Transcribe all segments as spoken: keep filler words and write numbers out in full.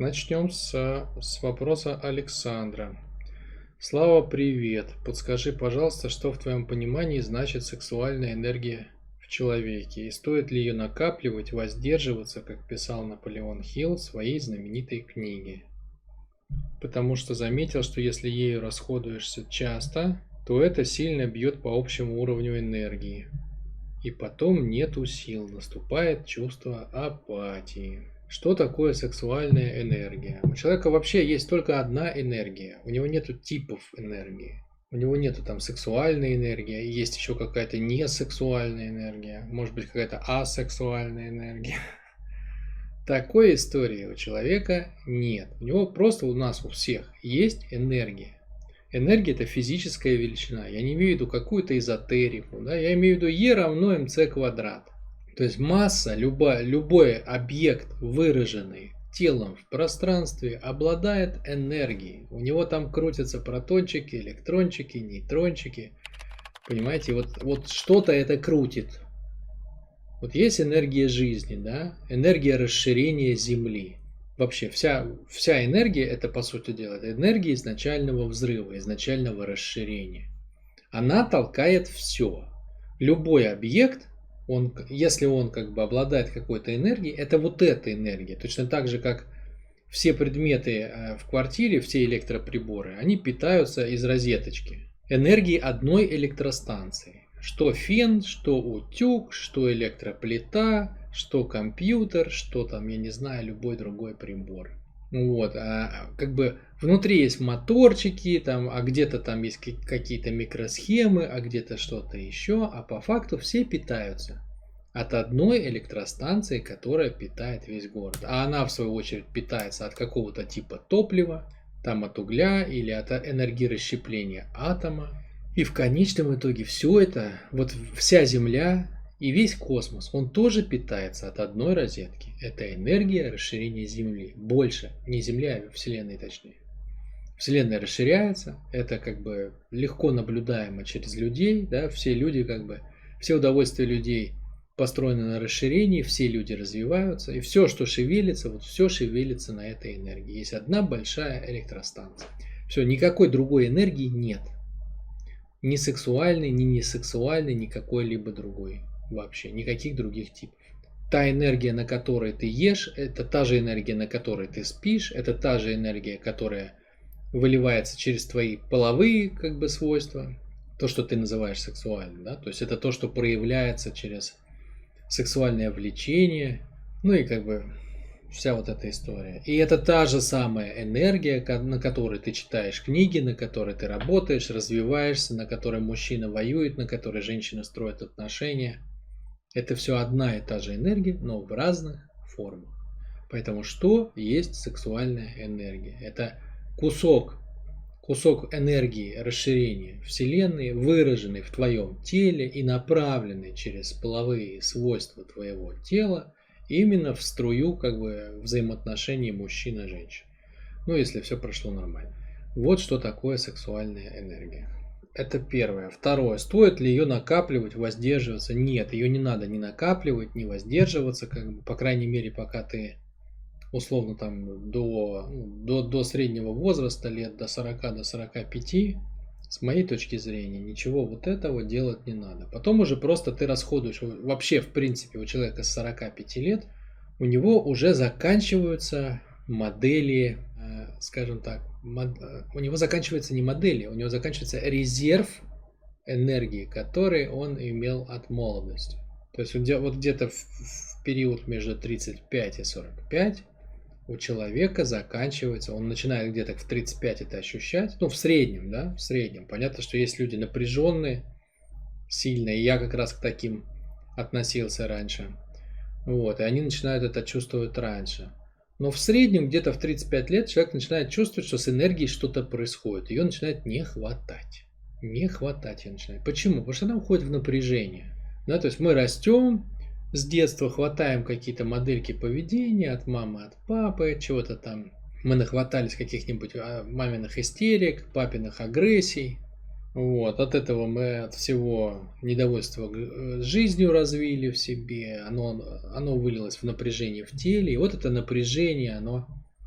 Начнем с, с вопроса Александра. Слава, привет. Подскажи, пожалуйста, что в твоем понимании значит сексуальная энергия в человеке? И стоит ли ее накапливать, воздерживаться, как писал Наполеон Хилл в своей знаменитой книге? Потому что заметил, что если ею расходуешься часто, то это сильно бьет по общему уровню энергии. И потом нету сил, наступает чувство апатии. Что такое сексуальная энергия? У человека вообще есть только одна энергия. У него нету типов энергии. У него нету там сексуальной энергии, есть еще какая-то несексуальная энергия, может быть какая-то асексуальная энергия. Такой истории у человека нет. У него просто у нас у всех есть энергия. Энергия – это физическая величина. Я не имею в виду какую-то эзотерику. Да? Я имею в виду E равно mc квадрат. То есть масса, любой, любой объект, выраженный телом в пространстве, обладает энергией. У него там крутятся протончики, электрончики, нейтрончики. Понимаете, вот, вот что-то это крутит. Вот есть энергия жизни, да? Энергия расширения Земли. Вообще вся, вся энергия, это по сути дела, это энергия изначального взрыва, изначального расширения. Она толкает все. Любой объект, он, если он как бы обладает какой-то энергией, это вот эта энергия. Точно так же, как все предметы в квартире, все электроприборы, они питаются из розеточки. Энергии одной электростанции. Что фен, что утюг, что электроплита, что компьютер, что там, я не знаю, любой другой прибор. Вот, а как бы внутри есть моторчики, там, а где-то там есть какие-то микросхемы, а где-то что-то еще, а по факту все питаются от одной электростанции, которая питает весь город. А она, в свою очередь, питается от какого-то типа топлива, там от угля или от энергорасщепления атома. И в конечном итоге все это, вот вся Земля и весь космос, он тоже питается от одной розетки. Это энергия расширения Земли. Больше, не Земля, а Вселенной точнее. Вселенная расширяется, это как бы легко наблюдаемо через людей, да, все люди как бы, все удовольствия людей построены на расширении, все люди развиваются, и все, что шевелится, вот все шевелится на этой энергии. Есть одна большая электростанция. Все, никакой другой энергии нет. Ни сексуальный, ни несексуальный, ни какой-либо другой. Вообще, никаких других типов. Та энергия, на которой ты ешь, это та же энергия, на которой ты спишь, это та же энергия, которая выливается через твои половые как бы свойства, то, что ты называешь сексуальным, да, то есть это то, что проявляется через сексуальное влечение, ну и как бы вся вот эта история. И это та же самая энергия, на которой ты читаешь книги, на которой ты работаешь, развиваешься, на которой мужчина воюет, на которой женщина строит отношения. Это все одна и та же энергия, но в разных формах. Поэтому что есть сексуальная энергия? Это кусок, кусок энергии расширения Вселенной, выраженный в твоем теле и направленный через половые свойства твоего тела именно в струю как бы взаимоотношений мужчина-женщина. Ну, если все прошло нормально. Вот что такое сексуальная энергия. Это первое. Второе. Стоит ли ее накапливать, воздерживаться? Нет, ее не надо ни накапливать, ни воздерживаться, как бы, по крайней мере, пока ты условно там до, до, до среднего возраста, лет до сорока, до сорока пяти, с моей точки зрения, ничего вот этого делать не надо. Потом уже просто ты расходуешь, вообще в принципе у человека с сорока пяти лет, у него уже заканчиваются модели, скажем так, у него заканчиваются не модели, у него заканчивается резерв энергии, который он имел от молодости. То есть вот где-то в период между тридцать пять и сорок пять у человека заканчивается, он начинает где-то в тридцать пять это ощущать, ну в среднем, да, в среднем. Понятно, что есть люди напряженные, сильные, и я как раз к таким относился раньше. Вот, и они начинают это чувствовать раньше. Но в среднем где-то в тридцать пять лет человек начинает чувствовать, что с энергией что-то происходит. Ее начинает не хватать. Не хватать ее начинает. Почему? Потому что она уходит в напряжение. Да, то есть мы растем, с детства хватаем какие-то модельки поведения от мамы, от папы, чего-то там. Мы нахватались каких-нибудь маминых истерик, папиных агрессий. Вот, от этого мы от всего недовольства жизнью развили в себе, оно, оно вылилось в напряжение в теле, и вот это напряжение, оно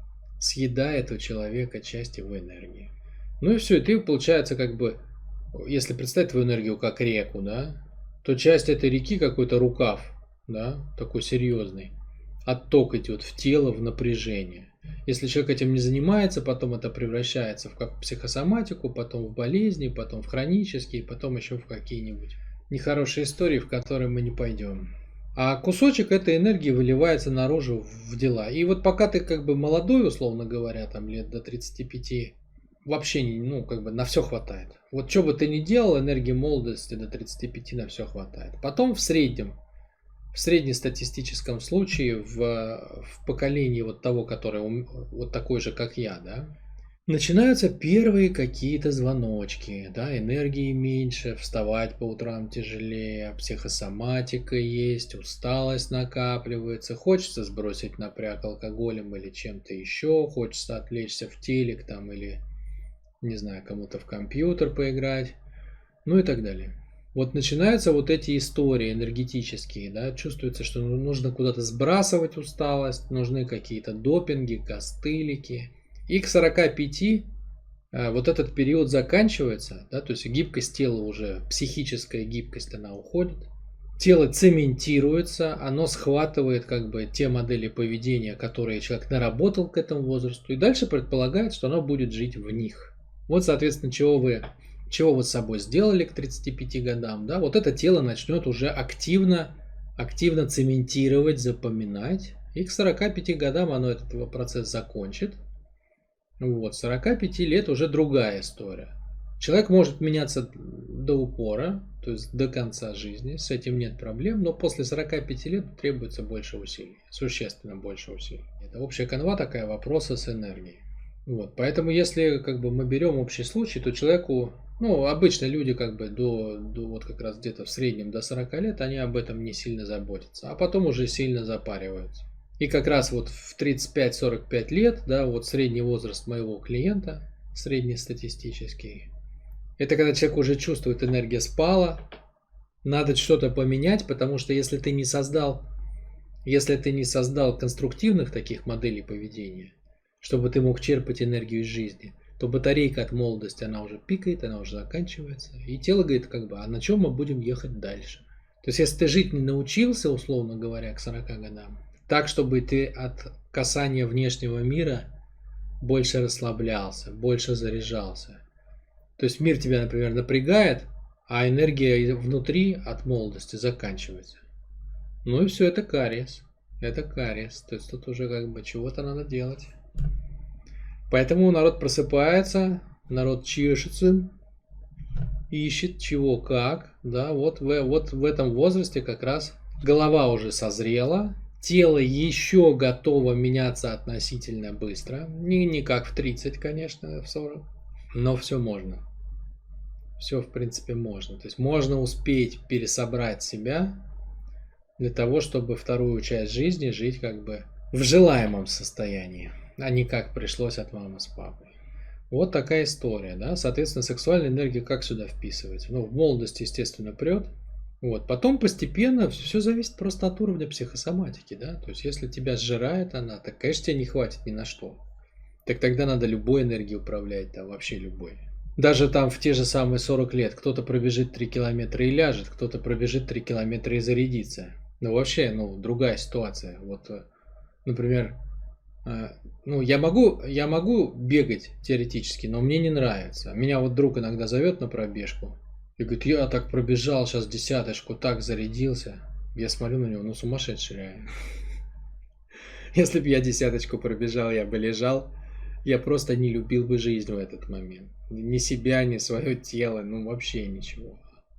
съедает у человека часть его энергии. Ну и все, и ты, получается, как бы, если представить твою энергию как реку, да, то часть этой реки какой-то рукав, да, такой серьезный, отток идет в тело, в напряжение. Если человек этим не занимается, потом это превращается в как психосоматику, потом в болезни, потом в хронические, потом еще в какие-нибудь нехорошие истории, в которые мы не пойдем. А кусочек этой энергии выливается наружу в дела. И вот пока ты как бы молодой, условно говоря, там лет до тридцати пяти, вообще не, ну, как бы на все хватает. Вот что бы ты ни делал, энергии молодости до тридцати пяти на все хватает. Потом в среднем, в среднестатистическом случае, в, в поколении вот того, который вот такой же, как я, да, начинаются первые какие-то звоночки, да, энергии меньше, вставать по утрам тяжелее, психосоматика есть, усталость накапливается, хочется сбросить напряг алкоголем или чем-то еще, хочется отвлечься в телек там или, не знаю, кому-то в компьютер поиграть, ну и так далее. Вот начинаются вот эти истории энергетические, да, чувствуется, что нужно куда-то сбрасывать усталость, нужны какие-то допинги, костылики. И к сорока пяти вот этот период заканчивается, да, то есть гибкость тела уже, психическая гибкость, она уходит. Тело цементируется, оно схватывает как бы те модели поведения, которые человек наработал к этому возрасту, и дальше предполагает, что оно будет жить в них. Вот, соответственно, чего вы, чего вы с собой сделали к тридцати пяти годам, да, вот это тело начнет уже активно, активно цементировать, запоминать, и к сорока пяти годам оно этот процесс закончит. Вот, сорока пяти лет уже другая история. Человек может меняться до упора, то есть до конца жизни, с этим нет проблем, но после сорока пяти лет требуется больше усилий, существенно больше усилий. Это общая канва такая, вопросы с энергией. Вот, поэтому если как бы мы берем общий случай, то человеку, ну, обычно люди как бы до, до вот как раз где-то в среднем до сорока лет, они об этом не сильно заботятся, а потом уже сильно запариваются. И как раз вот в тридцать пять сорок пять лет, да, вот средний возраст моего клиента, среднестатистический, это когда человек уже чувствует, энергия спала, надо что-то поменять, потому что если ты не создал, если ты не создал конструктивных таких моделей поведения, чтобы ты мог черпать энергию из жизни, то батарейка от молодости, она уже пикает, она уже заканчивается, и тело говорит, как бы, а на чем мы будем ехать дальше? То есть, если ты жить не научился, условно говоря, к сорока годам, так, чтобы ты от касания внешнего мира больше расслаблялся, больше заряжался. То есть мир тебя, например, напрягает, а энергия внутри от молодости заканчивается. Ну и все, это кариес. Это кариес. То есть тут уже как бы чего-то надо делать. Поэтому народ просыпается, народ чешется, ищет чего как. Да, вот в, вот в этом возрасте как раз голова уже созрела. Тело еще готово меняться относительно быстро. Не, не как в тридцать, конечно, в сорок. Но все можно. Все, в принципе, можно. То есть можно успеть пересобрать себя для того, чтобы вторую часть жизни жить как бы в желаемом состоянии, а не как пришлось от мамы с папой. Вот такая история, да. Соответственно, сексуальная энергия как сюда вписывается? Ну, в молодости, естественно, прет. Вот. Потом постепенно все зависит просто от уровня психосоматики, да. То есть, если тебя сжирает она, так, конечно, тебе не хватит ни на что. Так тогда надо любой энергией управлять, там вообще любой. Даже там в те же самые сорок лет кто-то пробежит три километра и ляжет, кто-то пробежит три километра и зарядится. Ну вообще, ну, другая ситуация. Вот, например, ну, я могу, я могу бегать теоретически, но мне не нравится. Меня вот друг иногда зовет на пробежку. И говорит, я так пробежал сейчас десяточку, так зарядился. Я смотрю на него, ну сумасшедший реально. Если бы я десяточку пробежал, я бы лежал. Я просто не любил бы жизнь в этот момент. Ни себя, ни свое тело, ну вообще ничего.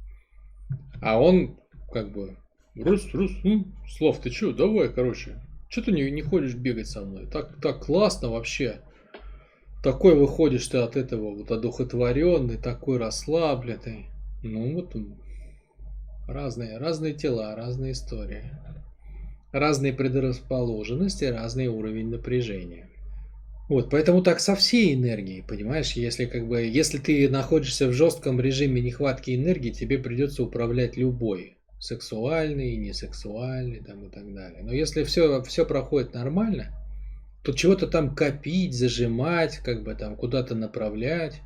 А он как бы, Рус, Рус, ну, Слав, ты что, давай, короче, что ты не, не ходишь бегать со мной? Так, так классно вообще. Такой выходишь ты от этого вот одухотворенный, такой расслабленный. Ну вот разные, разные тела, разные истории. Разные предрасположенности, разный уровень напряжения. Вот, поэтому так со всей энергией, понимаешь, если как бы, если ты находишься в жестком режиме нехватки энергии, тебе придется управлять любой, сексуальный, несексуальный, там и так далее. Но если все, все проходит нормально, Тут чего-то там копить, зажимать, как бы там куда-то направлять.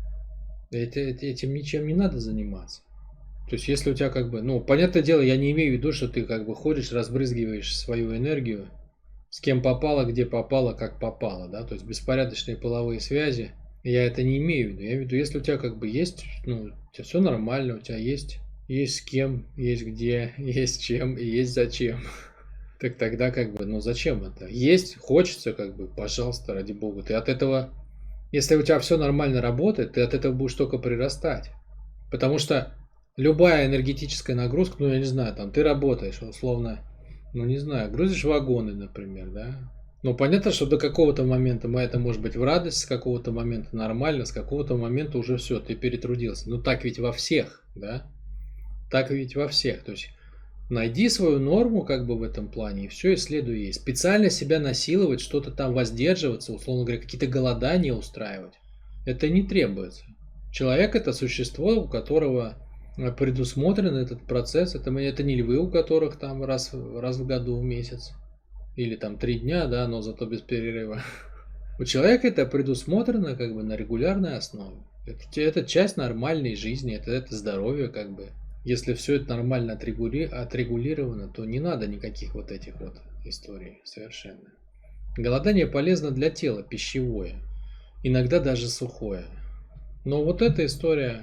Это, это- этим ничем не надо заниматься. То есть, если у тебя как бы, ну, понятное дело, я не имею в виду, что ты как бы ходишь, разбрызгиваешь свою энергию, с кем попало, где попало, как попало, да, то есть беспорядочные половые связи. Я это не имею в виду. Я имею в виду, если у тебя как бы есть, ну, у тебя все нормально, у тебя есть, есть с кем, есть где, есть чем и есть зачем. Так тогда как бы, ну зачем это? Есть, хочется, как бы, пожалуйста, ради бога. Ты от этого, если у тебя все нормально работает, ты от этого будешь только прирастать. Потому что любая энергетическая нагрузка, ну я не знаю, там ты работаешь, условно, ну не знаю, грузишь вагоны, например, да. Ну понятно, что до какого-то момента это может быть в радость, с какого-то момента нормально, с какого-то момента уже все, ты перетрудился. Ну так ведь во всех, да? Так ведь во всех. То есть найди свою норму как бы в этом плане и все, и следуй ей. Специально себя насиловать, что-то там воздерживаться, условно говоря, какие-то голодания устраивать, это не требуется. Человек это существо, у которого э, предусмотрен этот процесс. Это, мы- это не львы, у которых там раз, раз в году месяц. Или там три дня, да, но зато без перерыва. У человека это предусмотрено как бы на регулярной основе. Это, это часть нормальной жизни, это, это здоровье как бы. Если все это нормально отрегули- отрегулировано, то не надо никаких вот этих вот историй совершенно. Голодание полезно для тела, пищевое, иногда даже сухое. Но вот эта история,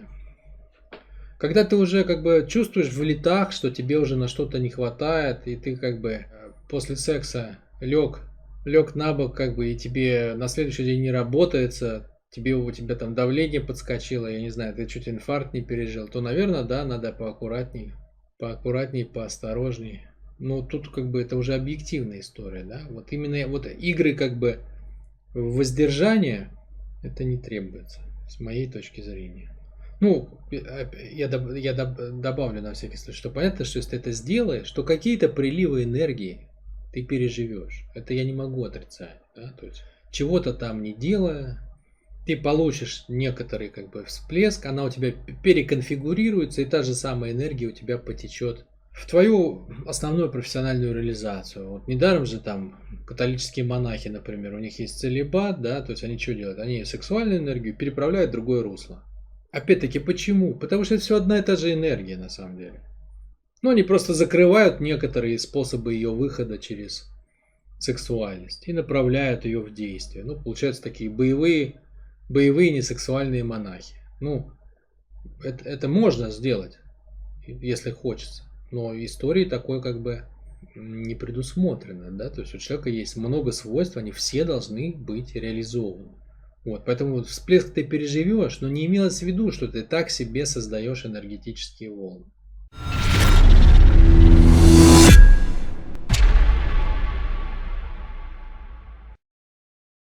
когда ты уже как бы чувствуешь в летах, что тебе уже на что-то не хватает, и ты как бы э, после секса лег, лег на бок, как бы, и тебе на следующий день не работается, тебе у тебя там давление подскочило, я не знаю, ты чуть инфаркт не пережил, то, наверное, да, надо поаккуратней, поаккуратней, поосторожней. Но тут как бы это уже объективная история, да. Вот именно вот игры как бы воздержания это не требуется, с моей точки зрения. Ну, э, я, доб- я доб- добавлю на всякий случай, что понятно, что если ты это сделаешь, то какие-то приливы энергии ты переживешь. Это я не могу отрицать. Да? То есть чего-то там не делая, ты получишь некоторый как бы всплеск, она у тебя переконфигурируется, и та же самая энергия у тебя потечет в твою основную профессиональную реализацию. Вот недаром же там католические монахи, например, у них есть целибат, да, то есть они что делают? Они сексуальную энергию переправляют в другое русло. Опять-таки, почему? Потому что это все одна и та же энергия, на самом деле. Ну, они просто закрывают некоторые способы ее выхода через сексуальность и направляют ее в действие. Ну, получаются такие боевые, боевые несексуальные монахи. Ну, это, это можно сделать, если хочется. Но истории такой как бы не предусмотрено, да, то есть у человека есть много свойств, они все должны быть реализованы. Вот, поэтому вот всплеск ты переживешь, но не имелось в виду, что ты так себе создаешь энергетические волны.